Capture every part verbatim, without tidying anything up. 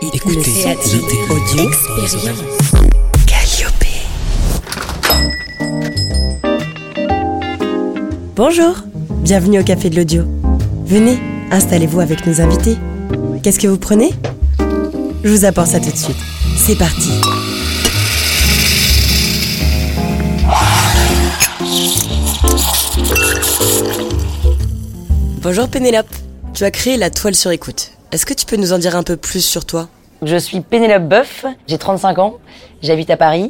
Écoutez, écoutez, audio, expérience. Calliope. Bonjour, bienvenue au Café de l'Audio. Venez, installez-vous avec nos invités. Qu'est-ce que vous prenez ? Je vous apporte ça tout de suite. C'est parti. Bonjour Pénélope, tu as créé la toile sur écoute. Est-ce que tu peux nous en dire un peu plus sur toi ? Je suis Pénélope Boeuf, j'ai trente-cinq ans, j'habite à Paris.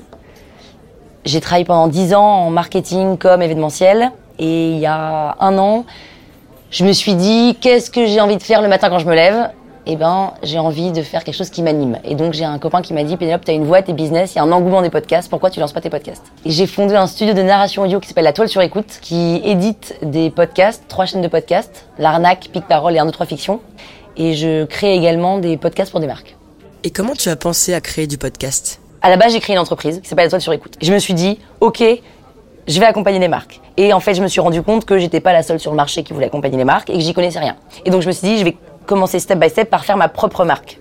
J'ai travaillé pendant dix ans en marketing, com, événementiel. Et il y a un an, je me suis dit, qu'est-ce que j'ai envie de faire le matin quand je me lève ? Eh ben, j'ai envie de faire quelque chose qui m'anime. Et donc, j'ai un copain qui m'a dit, Pénélope, t'as une voix, t'es business, il y a un engouement des podcasts, pourquoi tu lances pas tes podcasts ? Et j'ai fondé un studio de narration audio qui s'appelle La Toile sur écoute, qui édite des podcasts, trois chaînes de podcasts, L'Arnaque, Pic Parole et un, deux, trois Fiction. Et je crée également des podcasts pour des marques. Et comment tu as pensé à créer du podcast ? À la base, j'ai créé une entreprise qui s'appelle La Toile sur écoute. Je me suis dit, ok, je vais accompagner des marques. Et en fait, je me suis rendu compte que j'étais pas la seule sur le marché qui voulait accompagner les marques et que j'y connaissais rien. Et donc, je me suis dit, je vais commencer step by step par faire ma propre marque.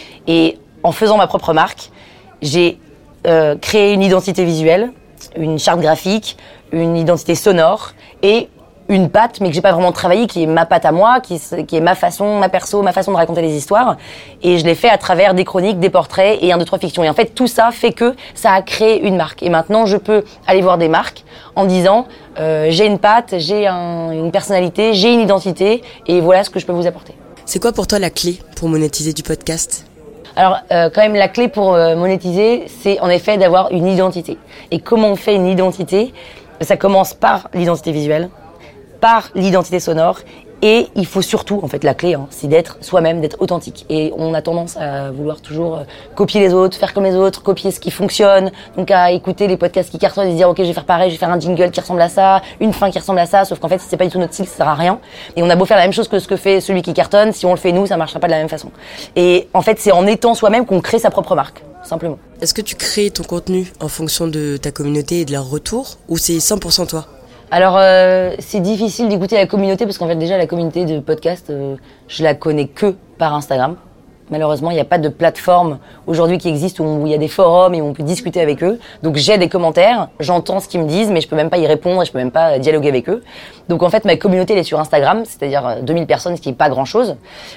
Et en faisant ma propre marque, j'ai euh, créé une identité visuelle, une charte graphique, une identité sonore et une patte, mais que j'ai pas vraiment travaillé, qui est ma patte à moi, qui, qui est ma façon, ma perso, ma façon de raconter des histoires. Et je l'ai fait à travers des chroniques, des portraits et un, deux, trois fictions. Et en fait, tout ça fait que ça a créé une marque. Et maintenant, je peux aller voir des marques en disant, euh, j'ai une patte, j'ai un, une personnalité, j'ai une identité, et voilà ce que je peux vous apporter. C'est quoi pour toi la clé pour monétiser du podcast ? Alors, euh, quand même, la clé pour euh, monétiser, c'est en effet d'avoir une identité. Et comment on fait une identité ? Ça commence par l'identité visuelle, par l'identité sonore, et il faut surtout, en fait, la clé, hein, c'est d'être soi-même, d'être authentique. Et on a tendance à vouloir toujours euh, copier les autres, faire comme les autres, copier ce qui fonctionne, donc à écouter les podcasts qui cartonnent et se dire, ok, je vais faire pareil, je vais faire un jingle qui ressemble à ça, une fin qui ressemble à ça, sauf qu'en fait, si c'est pas du tout notre style, ça sert à rien. Et on a beau faire la même chose que ce que fait celui qui cartonne, si on le fait nous, ça marchera pas de la même façon. Et en fait, c'est en étant soi-même qu'on crée sa propre marque, simplement. Est-ce que tu crées ton contenu en fonction de ta communauté et de leur retour, ou c'est cent pour cent toi ? Alors, euh, c'est difficile d'écouter la communauté parce qu'en fait, déjà, la communauté de podcast, euh, je la connais que par Instagram. Malheureusement, il n'y a pas de plateforme aujourd'hui qui existe où il y a des forums et où on peut discuter avec eux. Donc, j'ai des commentaires, j'entends ce qu'ils me disent, mais je peux même pas y répondre et je peux même pas dialoguer avec eux. Donc, en fait, ma communauté, elle est sur Instagram, c'est-à-dire deux mille personnes, ce qui est pas grand-chose.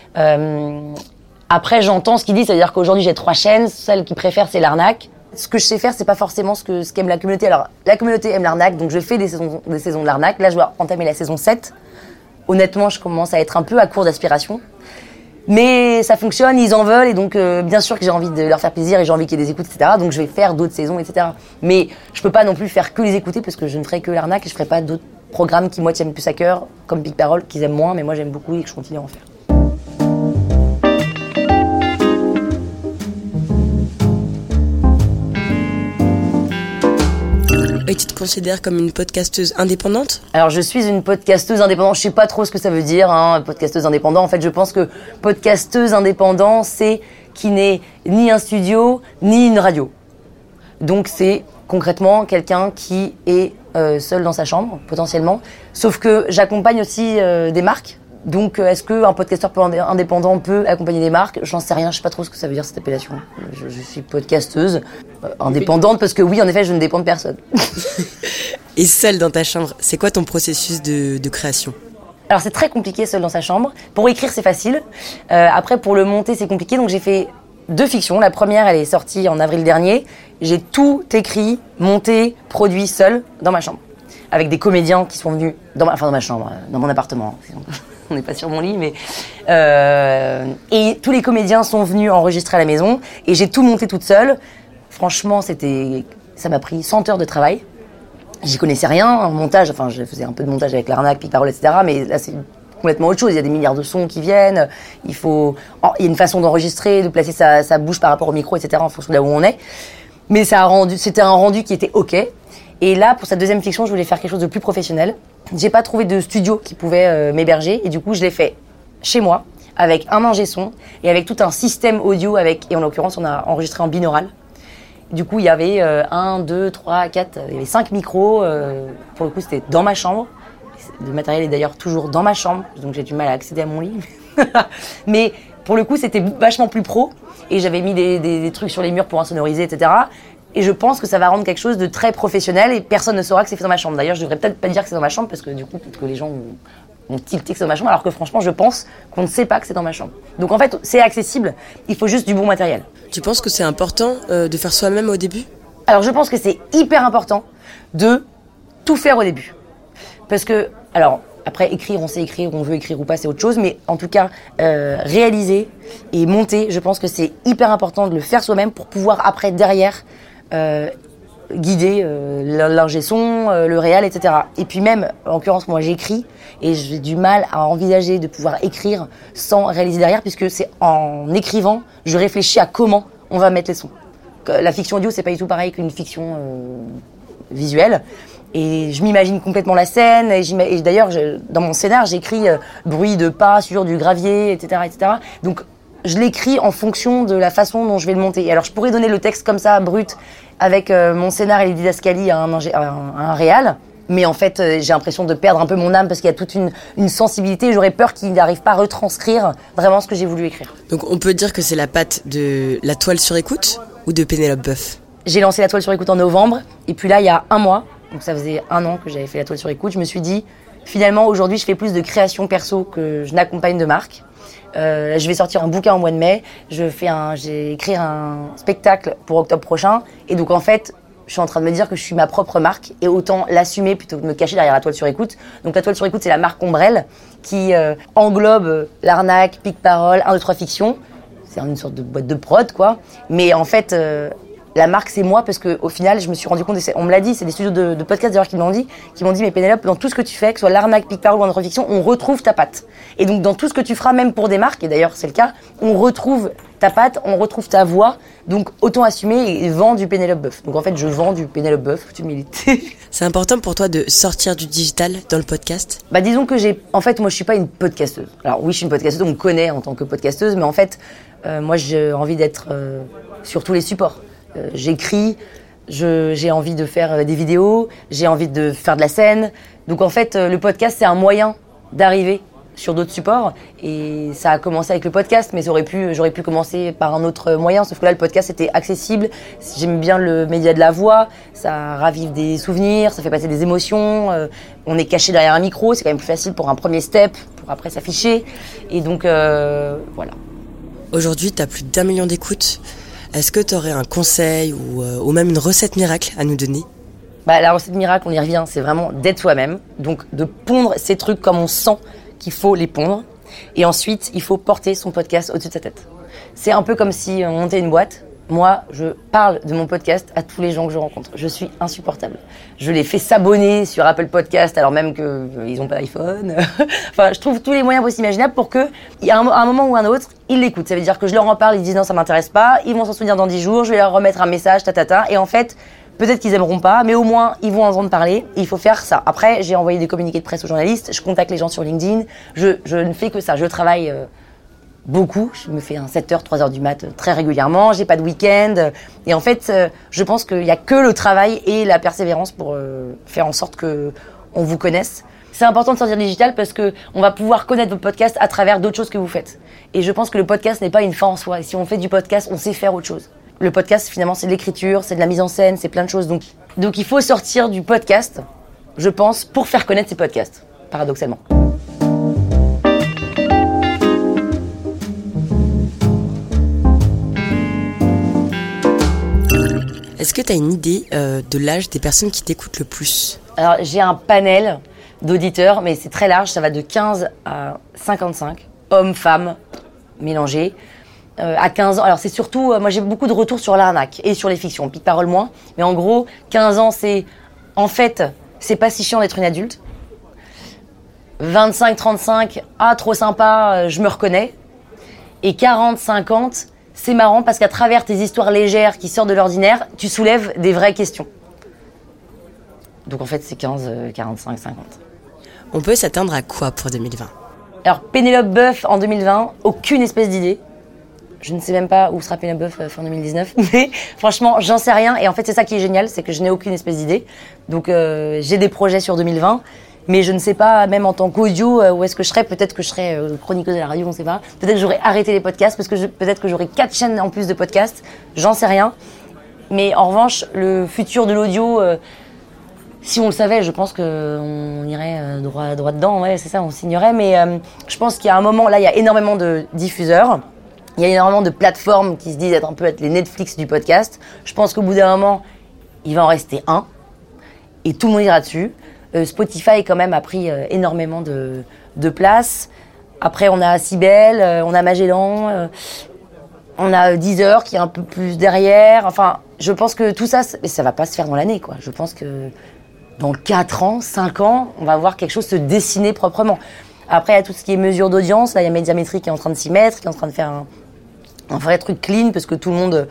Euh, après, j'entends ce qu'ils disent, c'est-à-dire qu'aujourd'hui, j'ai trois chaînes. Celle qui préfère, c'est l'Arnaque. Ce que je sais faire, c'est pas forcément ce que ce qu'aime la communauté. Alors, la communauté aime l'arnaque, donc je fais des saisons, des saisons de l'arnaque. Là, je dois entamer la saison sept. Honnêtement, je commence à être un peu à court d'aspiration. Mais ça fonctionne, ils en veulent, et donc euh, bien sûr que j'ai envie de leur faire plaisir et j'ai envie qu'il y ait des écoutes, et cetera. Donc je vais faire d'autres saisons, et cetera. Mais je peux pas non plus faire que les écouter parce que je ne ferai que l'arnaque et je ferai pas d'autres programmes qui moi tiennent plus à cœur, comme Pic Parole, qu'ils aiment moins, mais moi j'aime beaucoup et que je continue à en faire. Et tu te considères comme une podcasteuse indépendante ? Alors, je suis une podcasteuse indépendante. Je sais pas trop ce que ça veut dire, hein, podcasteuse indépendante. En fait, je pense que podcasteuse indépendante, c'est qui n'est ni un studio, ni une radio. Donc, c'est concrètement quelqu'un qui est euh, seul dans sa chambre, potentiellement. Sauf que j'accompagne aussi euh, des marques. Donc, est-ce qu'un podcasteur indépendant peut accompagner des marques ? J'en sais rien, je sais pas trop ce que ça veut dire cette appellation. Je, je suis podcasteuse euh, indépendante parce que oui, en effet, je ne dépends de personne. Et seule dans ta chambre, c'est quoi ton processus de, de création ? Alors, c'est très compliqué, seul dans sa chambre. Pour écrire, c'est facile. Euh, après, pour le monter, c'est compliqué. Donc, j'ai fait deux fictions. La première, elle est sortie en avril dernier. J'ai tout écrit, monté, produit seul dans ma chambre. Avec des comédiens qui sont venus dans ma, enfin, dans ma chambre, dans mon appartement. On n'est pas sur mon lit, mais... Euh, et tous les comédiens sont venus enregistrer à la maison. Et j'ai tout monté toute seule. Franchement, c'était, ça m'a pris cent heures de travail. J'y connaissais rien en montage. Enfin, je faisais un peu de montage avec l'Arnaque, Pic Parole, et cetera. Mais là, c'est complètement autre chose. Il y a des milliards de sons qui viennent. Il faut... Il y a une façon d'enregistrer, de placer sa, sa bouche par rapport au micro, et cetera, en fonction de là où on est. Mais ça a rendu, c'était un rendu qui était OK. Et là, pour cette deuxième fiction, je voulais faire quelque chose de plus professionnel. J'ai pas trouvé de studio qui pouvait euh, m'héberger et du coup, je l'ai fait chez moi avec un ingé son et avec tout un système audio avec, et en l'occurrence, on a enregistré en binaural. Du coup, il y avait euh, un, deux, trois, quatre, il y avait cinq micros. Euh, pour le coup, c'était dans ma chambre. Le matériel est d'ailleurs toujours dans ma chambre, donc j'ai du mal à accéder à mon lit. Mais pour le coup, c'était vachement plus pro. Et j'avais mis des, des, des trucs sur les murs pour insonoriser, et cetera. Et je pense que ça va rendre quelque chose de très professionnel et personne ne saura que c'est fait dans ma chambre. D'ailleurs, je devrais peut-être pas dire que c'est dans ma chambre parce que du coup, peut-être que les gens vont tilter que c'est dans ma chambre, alors que franchement, je pense qu'on ne sait pas que c'est dans ma chambre. Donc en fait, c'est accessible, il faut juste du bon matériel. Tu penses que c'est important euh, de faire soi-même au début ? Alors je pense que c'est hyper important de tout faire au début. Parce que, alors, après écrire, on sait écrire, on veut écrire ou pas, c'est autre chose, mais en tout cas, euh, réaliser et monter, je pense que c'est hyper important de le faire soi-même pour pouvoir après, derrière, euh, guider euh, l'ingé son, euh, le réal, et cetera. Et puis même, en l'occurrence, moi j'écris et j'ai du mal à envisager de pouvoir écrire sans réaliser derrière, puisque c'est en écrivant, je réfléchis à comment on va mettre les sons. La fiction audio, c'est pas du tout pareil qu'une fiction euh, visuelle. Et je m'imagine complètement la scène. Et, et d'ailleurs, je, dans mon scénar, j'écris euh, bruit de pas sur du gravier, et cetera, et cetera. Donc, je l'écris en fonction de la façon dont je vais le monter. Et alors, je pourrais donner le texte comme ça, brut, avec euh, mon scénar et les didascalies à un, à un, à un réal. Mais en fait, euh, j'ai l'impression de perdre un peu mon âme parce qu'il y a toute une, une sensibilité. J'aurais peur qu'il n'arrive pas à retranscrire vraiment ce que j'ai voulu écrire. Donc, on peut dire que c'est la patte de La Toile sur écoute ou de Pénélope Boeuf? J'ai lancé La Toile sur écoute en novembre. Et puis là, il y a un mois, donc ça faisait un an que j'avais fait La Toile sur écoute, je me suis dit, finalement, aujourd'hui, je fais plus de création perso que je n'accompagne de marque. Euh, je vais sortir un bouquin au mois de mai. Je fais un, j'ai écrit un spectacle pour octobre prochain. Et donc, en fait, je suis en train de me dire que je suis ma propre marque et autant l'assumer plutôt que de me cacher derrière La Toile sur écoute. Donc, La Toile sur écoute, c'est la marque Ombrelle qui euh, englobe l'arnaque, Pic Parole, un, deux, trois fictions. C'est une sorte de boîte de prod, quoi. Mais en fait, euh, la marque, c'est moi, parce qu'au final, je me suis rendu compte, on me l'a dit, c'est des studios de, de podcast d'ailleurs qui me l'ont dit, qui m'ont dit, mais Pénélope, dans tout ce que tu fais, que ce soit l'arnaque, Pic Parole ou en fiction, on retrouve ta patte. Et donc, dans tout ce que tu feras, même pour des marques, et d'ailleurs, c'est le cas, on retrouve ta patte, on retrouve ta voix, donc autant assumer et vendre du Pénélope Boeuf. Donc en fait, je vends du Pénélope Boeuf, toute humilité. C'est important pour toi de sortir du digital dans le podcast ? Bah disons que j'ai, en fait, moi, je suis pas une podcasteuse. Alors oui, je suis une podcasteuse, on me connaît en tant que podcasteuse, mais en fait, euh, moi, j'ai envie d'être euh, sur tous les supports. Euh, j'écris, je, j'ai envie de faire euh, des vidéos, j'ai envie de faire de la scène. Donc en fait, euh, le podcast, c'est un moyen d'arriver sur d'autres supports. Et ça a commencé avec le podcast, mais j'aurais pu, j'aurais pu commencer par un autre moyen. Sauf que là, le podcast était accessible. J'aime bien le média de la voix. Ça ravive des souvenirs, ça fait passer des émotions. Euh, on est caché derrière un micro, c'est quand même plus facile pour un premier step, pour après s'afficher. Et donc, euh, voilà. Aujourd'hui, tu as plus d'un million d'écoutes. Est-ce que tu aurais un conseil ou, euh, ou même une recette miracle à nous donner ? Bah, la recette miracle, on y revient, c'est vraiment d'être soi-même. Donc, de pondre ces trucs comme on sent qu'il faut les pondre. Et ensuite, il faut porter son podcast au-dessus de sa tête. C'est un peu comme si on montait une boîte. Moi, je parle de mon podcast à tous les gens que je rencontre. Je suis insupportable. Je les fais s'abonner sur Apple Podcast alors même qu'ils euh, n'ont pas d'iPhone. Enfin, je trouve tous les moyens possibles imaginables pour que, à un, à un moment ou un autre, ils l'écoutent. Ça veut dire que je leur en parle, ils disent non, ça m'intéresse pas. Ils vont s'en souvenir dans dix jours. Je vais leur remettre un message, tatata. Et en fait, peut-être qu'ils aimeront pas, mais au moins, ils vont entendre parler. Il faut faire ça. Après, j'ai envoyé des communiqués de presse aux journalistes. Je contacte les gens sur LinkedIn. Je, je ne fais que ça. Je travaille euh, beaucoup. Je me fais un sept heures, trois heures du mat euh, très régulièrement. J'ai pas de week-end. Et en fait, euh, je pense qu'il y a que le travail et la persévérance pour euh, faire en sorte que on vous connaisse. C'est important de sortir digital parce que on va pouvoir connaître votre podcast à travers d'autres choses que vous faites. Et je pense que le podcast n'est pas une fin en soi. Et si on fait du podcast, on sait faire autre chose. Le podcast, finalement, c'est de l'écriture, c'est de la mise en scène, c'est plein de choses. Donc, donc il faut sortir du podcast, je pense, pour faire connaître ces podcasts, paradoxalement. Est-ce que tu as une idée euh, de l'âge des personnes qui t'écoutent le plus ? Alors, j'ai un panel d'auditeurs, mais c'est très large, ça va de quinze à cinquante-cinq, hommes, femmes, mélangés. Euh, à quinze ans, alors c'est surtout, euh, moi j'ai beaucoup de retours sur l'arnaque et sur les fictions, Pic Parole moins, mais en gros, quinze ans c'est, en fait, c'est pas si chiant d'être une adulte. vingt-cinq trente-cinq, ah trop sympa, euh, je me reconnais. Et quarante cinquante, c'est marrant parce qu'à travers tes histoires légères qui sortent de l'ordinaire, tu soulèves des vraies questions. Donc en fait c'est quinze, quarante-cinq, cinquante. On peut s'attendre à quoi pour deux mille vingt ? Alors Pénélope Boeuf en deux mille vingt, aucune espèce d'idée. Je ne sais même pas où sera Pénélope Boeuf fin deux mille dix-neuf, mais franchement, j'en sais rien. Et en fait, c'est ça qui est génial, c'est que je n'ai aucune espèce d'idée. Donc, euh, j'ai des projets sur deux mille vingt. Mais je ne sais pas, même en tant qu'audio, euh, où est-ce que je serais. Peut-être que je serais euh, chroniqueuse à la radio, on ne sait pas. Peut-être que j'aurais arrêté les podcasts, parce que je, peut-être que j'aurais quatre chaînes en plus de podcasts. J'en sais rien. Mais en revanche, le futur de l'audio, euh, si on le savait, je pense qu'on irait euh, droit, droit dedans. Ouais, c'est ça, on signerait. Mais euh, je pense qu'il y a un moment, là, il y a énormément de diffuseurs. Il y a énormément de plateformes qui se disent être un peu être les Netflix du podcast. Je pense qu'au bout d'un moment, il va en rester un. Et tout le monde ira dessus. Euh, Spotify, quand même, a pris euh, énormément de, de place. Après, on a Cybelle, euh, on a Magellan, euh, on a Deezer qui est un peu plus derrière. Enfin, je pense que tout ça, ça va pas se faire dans l'année, quoi. Je pense que dans quatre ans, cinq ans, on va voir quelque chose se dessiner proprement. Après, il y a tout ce qui est mesure d'audience. Là, il y a Médiamétrie qui est en train de s'y mettre, qui est en train de faire un... un vrai truc clean, parce que tout le monde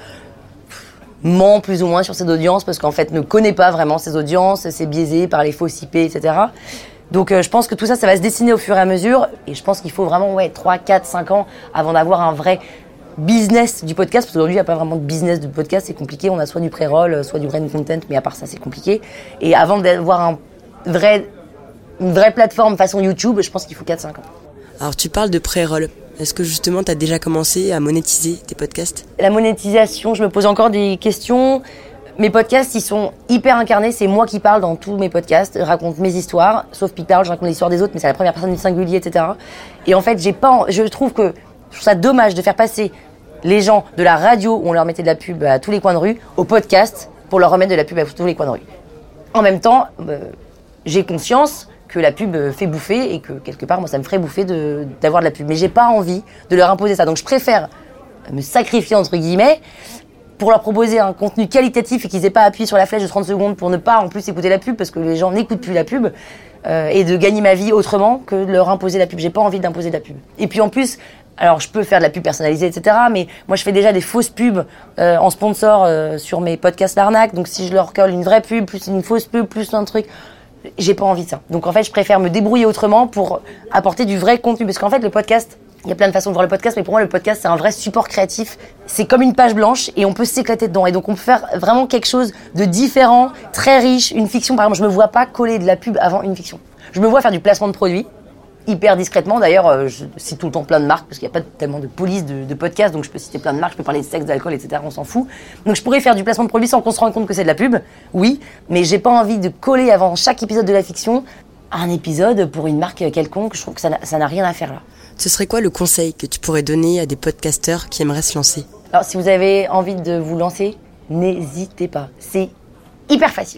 ment plus ou moins sur ses audiences, parce qu'en fait ne connaît pas vraiment ses audiences, c'est biaisé par les fausses I P, et cetera. Donc euh, je pense que tout ça, ça va se dessiner au fur et à mesure, et je pense qu'il faut vraiment ouais, trois, quatre, cinq ans avant d'avoir un vrai business du podcast, parce qu'aujourd'hui il n'y a pas vraiment de business du podcast, c'est compliqué, on a soit du pré-roll, soit du brain content, mais à part ça c'est compliqué. Et avant d'avoir un vrai, une vraie plateforme façon YouTube, je pense qu'il faut quatre, cinq ans. Alors tu parles de pré-roll. Est-ce que justement tu as déjà commencé à monétiser tes podcasts ? La monétisation, je me pose encore des questions. Mes podcasts, ils sont hyper incarnés. C'est moi qui parle dans tous mes podcasts, je raconte mes histoires, sauf Piparle, je raconte l'histoire des autres, mais c'est la première personne du singulier, et cetera. Et en fait, j'ai pas, je trouve que je trouve ça dommage de faire passer les gens de la radio, où on leur mettait de la pub à tous les coins de rue, au podcast pour leur remettre de la pub à tous les coins de rue. En même temps, euh, j'ai conscience que la pub fait bouffer et que quelque part, moi, ça me ferait bouffer de, d'avoir de la pub. Mais j'ai pas envie de leur imposer ça. Donc, je préfère me sacrifier, entre guillemets, pour leur proposer un contenu qualitatif et qu'ils aient pas appuyé sur la flèche de trente secondes pour ne pas, en plus, écouter la pub parce que les gens n'écoutent plus la pub euh, et de gagner ma vie autrement que de leur imposer la pub. J'ai pas envie d'imposer de la pub. Et puis, en plus, alors, je peux faire de la pub personnalisée, et cetera. Mais moi, je fais déjà des fausses pubs euh, en sponsor euh, sur mes podcasts d'arnaque. Donc, si je leur colle une vraie pub, plus une fausse pub, plus un truc... j'ai pas envie de ça. Donc en fait, je préfère me débrouiller autrement pour apporter du vrai contenu. Parce qu'en fait, le podcast, il y a plein de façons de voir le podcast, mais pour moi, le podcast, c'est un vrai support créatif. C'est comme une page blanche et on peut s'éclater dedans. Et donc, on peut faire vraiment quelque chose de différent, très riche. Une fiction, par exemple, je me vois pas coller de la pub avant une fiction. Je me vois faire du placement de produits, hyper discrètement. D'ailleurs, euh, je cite tout le temps plein de marques, parce qu'il n'y a pas tellement de police de, de podcast, donc je peux citer plein de marques, je peux parler de sexe, d'alcool, et cetera. On s'en fout. Donc je pourrais faire du placement de produits sans qu'on se rende compte que c'est de la pub, oui, mais j'ai pas envie de coller avant chaque épisode de la fiction un épisode pour une marque quelconque. Je trouve que ça n'a, ça n'a rien à faire là. Ce serait quoi le conseil que tu pourrais donner à des podcasteurs qui aimeraient se lancer ? Alors si vous avez envie de vous lancer, n'hésitez pas. C'est hyper facile.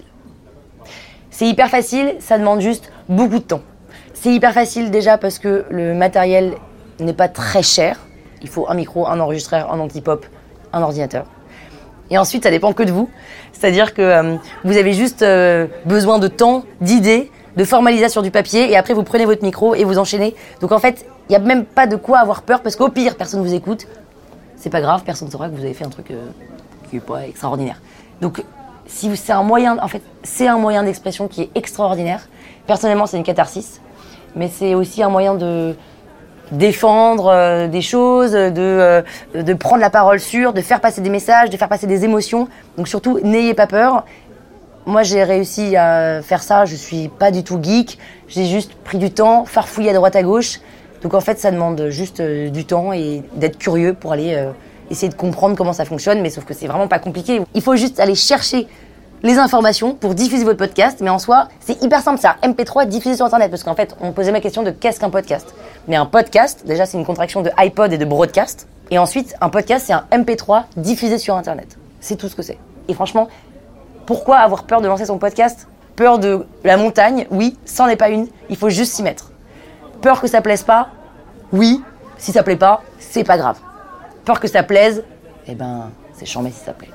C'est hyper facile, ça demande juste beaucoup de temps. C'est hyper facile déjà parce que le matériel n'est pas très cher. Il faut un micro, un enregistreur, un anti-pop, un ordinateur. Et ensuite, ça dépend que de vous. C'est-à-dire que euh, vous avez juste euh, besoin de temps, d'idées, de formalisation sur du papier, et après vous prenez votre micro et vous enchaînez. Donc en fait, il n'y a même pas de quoi avoir peur, parce qu'au pire, personne ne vous écoute. C'est pas grave, personne ne saura que vous avez fait un truc euh, qui n'est pas extraordinaire. Donc si c'est un moyen, en fait, c'est un moyen d'expression qui est extraordinaire. Personnellement, c'est une catharsis. Mais c'est aussi un moyen de défendre euh, des choses, de, euh, de prendre la parole sur, de faire passer des messages, de faire passer des émotions. Donc surtout, n'ayez pas peur. Moi, j'ai réussi à faire ça. Je suis pas du tout geek. J'ai juste pris du temps, farfouillé à droite à gauche. Donc en fait, ça demande juste euh, du temps et d'être curieux pour aller euh, essayer de comprendre comment ça fonctionne. Mais sauf que c'est vraiment pas compliqué. Il faut juste aller chercher les informations pour diffuser votre podcast, mais en soi, c'est hyper simple, c'est un M P trois diffusé sur Internet, parce qu'en fait, on posait ma question de qu'est-ce qu'un podcast. Mais un podcast, déjà, c'est une contraction de iPod et de broadcast, et ensuite, un podcast, c'est un M P trois diffusé sur Internet. C'est tout ce que c'est. Et franchement, pourquoi avoir peur de lancer son podcast ? Peur de la montagne ? Oui, c'en est pas une, il faut juste s'y mettre. Peur que ça plaise pas ? Oui, si ça plaît pas, c'est pas grave. Peur que ça plaise ? Eh ben, c'est chambé si ça plaît.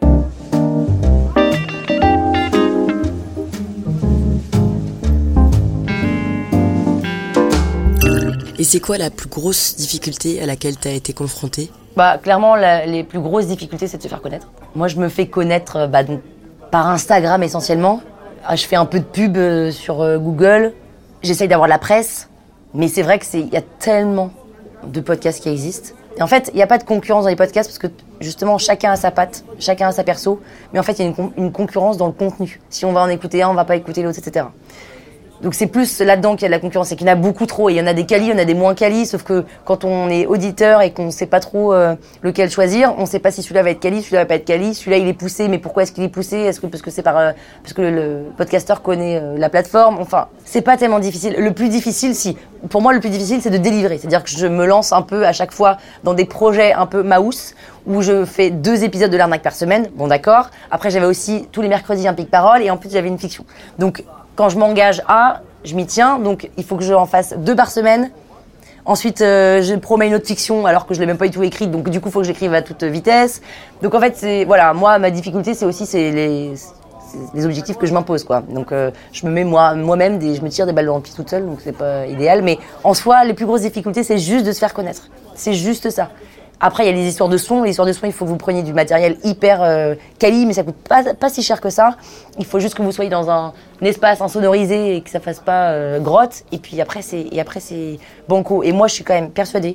Et c'est quoi la plus grosse difficulté à laquelle tu as été confrontée ? Bah, clairement, la, les plus grosses difficultés, c'est de se faire connaître. Moi, je me fais connaître bah, donc, par Instagram essentiellement. Ah, je fais un peu de pub euh, sur euh, Google. J'essaye d'avoir de la presse. Mais c'est vrai qu'il y a tellement de podcasts qui existent. Et en fait, il n'y a pas de concurrence dans les podcasts parce que justement, chacun a sa patte, chacun a sa perso. Mais en fait, il y a une, con- une concurrence dans le contenu. Si on va en écouter un, on ne va pas écouter l'autre, et cetera. Donc c'est plus là-dedans qu'il y a de la concurrence, c'est qu'il y en a beaucoup trop. Et il y en a des qualis, il y en a des moins qualis, sauf que quand on est auditeur et qu'on ne sait pas trop euh, lequel choisir, on ne sait pas si celui-là va être quali, celui-là va pas être quali, celui-là il est poussé, mais pourquoi est-ce qu'il est poussé? Est-ce que parce que c'est par euh, parce que le, le podcasteur connaît euh, la plateforme? Enfin, c'est pas tellement difficile. Le plus difficile, si, pour moi le plus difficile, c'est de délivrer. C'est-à-dire que je me lance un peu à chaque fois dans des projets un peu mouse, où je fais deux épisodes de l'arnaque par semaine. Bon d'accord. Après j'avais aussi tous les mercredis un pic parole et en plus j'avais une fiction. Donc quand je m'engage à, je m'y tiens, donc il faut que je en fasse deux par semaine. Ensuite, euh, je promets une autre fiction alors que je l'ai même pas du tout écrite, donc du coup, il faut que j'écrive à toute vitesse. Donc en fait, c'est voilà, moi, ma difficulté, c'est aussi c'est les, c'est les objectifs que je m'impose, quoi. Donc euh, je me mets moi, moi-même, des, je me tire des balles dans le pied toute seule, donc c'est pas idéal. Mais en soi, les plus grosses difficultés, c'est juste de se faire connaître. C'est juste ça. Après, il y a les histoires de son. Les histoires de son, il faut que vous preniez du matériel hyper euh, quali, mais ça coûte pas, pas si cher que ça. Il faut juste que vous soyez dans un, un espace insonorisé et que ça fasse pas euh, grotte. Et puis après, c'est, et après, c'est banco. Et moi, je suis quand même persuadée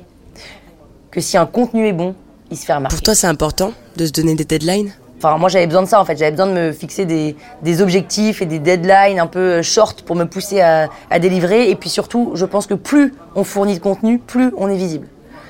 que si un contenu est bon, il se fait remarquer. Pour toi, c'est important de se donner des deadlines ? Enfin, moi, j'avais besoin de ça, en fait. J'avais besoin de me fixer des, des objectifs et des deadlines un peu short pour me pousser à, à délivrer. Et puis surtout, je pense que plus on fournit de contenu, plus on est visible.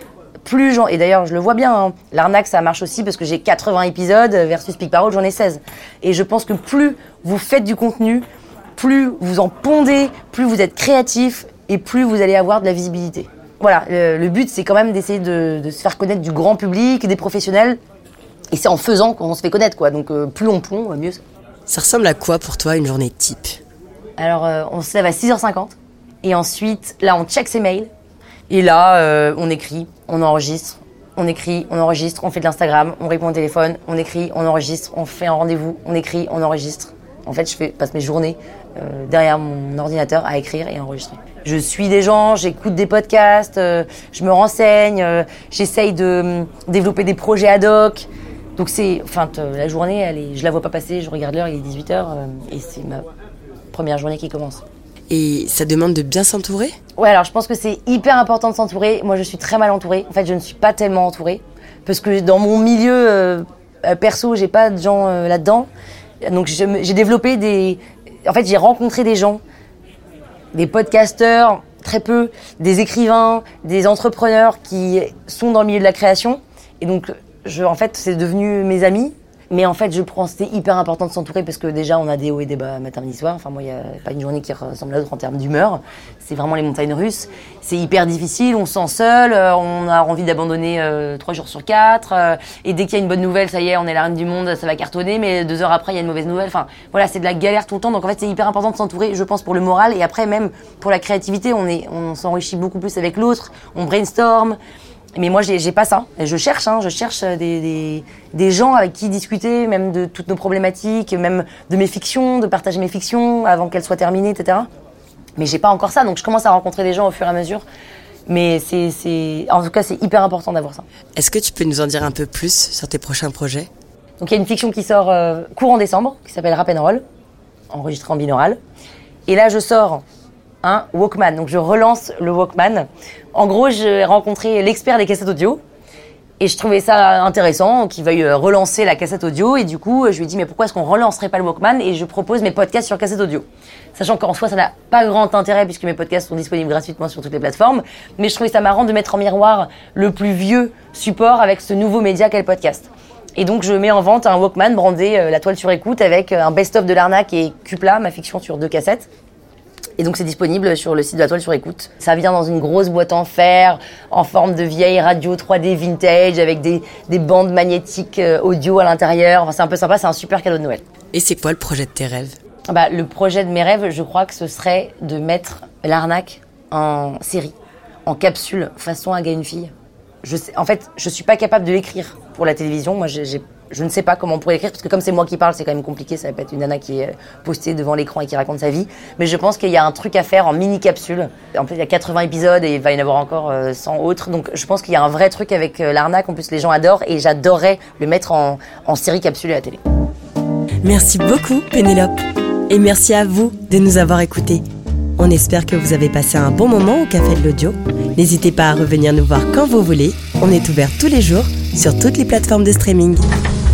Plus j'en... Et d'ailleurs, je le vois bien, hein. L'arnaque, ça marche aussi parce que j'ai quatre-vingts épisodes versus Pic Parole, j'en ai seize. Et je pense que plus vous faites du contenu, plus vous en pondez, plus vous êtes créatif et plus vous allez avoir de la visibilité. Voilà, le, le but, c'est quand même d'essayer de, de se faire connaître du grand public, des professionnels. Et c'est en faisant qu'on se fait connaître, quoi. Donc euh, plus on pond, mieux c'est. Ça ressemble à quoi pour toi une journée type ? Alors, euh, on se lève à six heures cinquante. Et ensuite, là, on check ses mails. Et là, euh, on écrit, on enregistre, on écrit, on enregistre, on fait de l'Instagram, on répond au téléphone, on écrit, on enregistre, on fait un rendez-vous, on écrit, on enregistre. En fait, je fais, passe mes journées euh, derrière mon ordinateur à écrire et à enregistrer. Je suis des gens, j'écoute des podcasts, euh, je me renseigne, euh, j'essaye de euh, développer des projets ad hoc. Donc c'est, enfin, la journée, elle est, je la vois pas passer, je regarde l'heure, il est dix-huit heures euh, et c'est ma première journée qui commence. Et ça demande de bien s'entourer ? Ouais, alors je pense que c'est hyper important de s'entourer. Moi, je suis très mal entourée. En fait, je ne suis pas tellement entourée. Parce que dans mon milieu euh, perso, j'ai pas de gens euh, là-dedans. Donc, je, j'ai développé des... En fait, j'ai rencontré des gens, des podcasteurs, très peu, des écrivains, des entrepreneurs qui sont dans le milieu de la création. Et donc, je, en fait, c'est devenu mes amis. Mais en fait, je pense que c'est hyper important de s'entourer parce que déjà, on a des hauts et des bas matin, midi, soir. Enfin, moi, il n'y a pas une journée qui ressemble à l'autre en termes d'humeur. C'est vraiment les montagnes russes. C'est hyper difficile, on se sent seul, on a envie d'abandonner euh, trois jours sur quatre. Euh, et dès qu'il y a une bonne nouvelle, ça y est, on est la reine du monde, ça va cartonner. Mais deux heures après, il y a une mauvaise nouvelle. Enfin, voilà, c'est de la galère tout le temps. Donc en fait, c'est hyper important de s'entourer, je pense, pour le moral. Et après, même pour la créativité, on, est, on s'enrichit beaucoup plus avec l'autre. On brainstorm. Mais moi, j'ai, j'ai pas ça. Et je cherche, hein, je cherche des, des, des gens avec qui discuter, même de toutes nos problématiques, même de mes fictions, de partager mes fictions avant qu'elles soient terminées, et cetera. Mais j'ai pas encore ça, donc je commence à rencontrer des gens au fur et à mesure. Mais c'est, c'est, en tout cas, c'est hyper important d'avoir ça. Est-ce que tu peux nous en dire un peu plus sur tes prochains projets ? Donc il y a une fiction qui sort euh, courant décembre, qui s'appelle Rap and Roll, enregistrée en binaural. Et là, je sors un Walkman. Donc je relance le Walkman. En gros, j'ai rencontré l'expert des cassettes audio et je trouvais ça intéressant qu'il veuille relancer la cassette audio. Et du coup, je lui ai dit, mais pourquoi est-ce qu'on relancerait pas le Walkman ? Et je propose mes podcasts sur cassette audio. Sachant qu'en soi, ça n'a pas grand intérêt puisque mes podcasts sont disponibles gratuitement sur toutes les plateformes. Mais je trouvais ça marrant de mettre en miroir le plus vieux support avec ce nouveau média qu'est le podcast. Et donc, je mets en vente un Walkman brandé euh, La Toile sur écoute avec un best-of de l'arnaque et Cupla, ma fiction sur deux cassettes. Et donc, c'est disponible sur le site de La Toile sur écoute. Ça vient dans une grosse boîte en fer, en forme de vieille radio trois D vintage, avec des, des bandes magnétiques euh, audio à l'intérieur. Enfin, c'est un peu sympa, c'est un super cadeau de Noël. Et c'est quoi le projet de tes rêves ? Bah, le projet de mes rêves, je crois que ce serait de mettre l'arnaque en série, en capsule, façon un gars, une fille. Je sais, en fait, je suis pas capable de l'écrire pour la télévision. Moi, j'ai, j'ai Je ne sais pas comment on pourrait écrire, parce que comme c'est moi qui parle, c'est quand même compliqué. Ça va pas être une nana qui est postée devant l'écran et qui raconte sa vie. Mais je pense qu'il y a un truc à faire en mini-capsule. En plus, il y a quatre-vingts épisodes et il va y en avoir encore euh, cent autres. Donc je pense qu'il y a un vrai truc avec euh, l'arnaque. En plus, les gens adorent et j'adorerais le mettre en, en série capsule à la télé. Merci beaucoup, Pénélope. Et merci à vous de nous avoir écoutés. On espère que vous avez passé un bon moment au Café de l'Audio. N'hésitez pas à revenir nous voir quand vous voulez. On est ouvert tous les jours sur toutes les plateformes de streaming.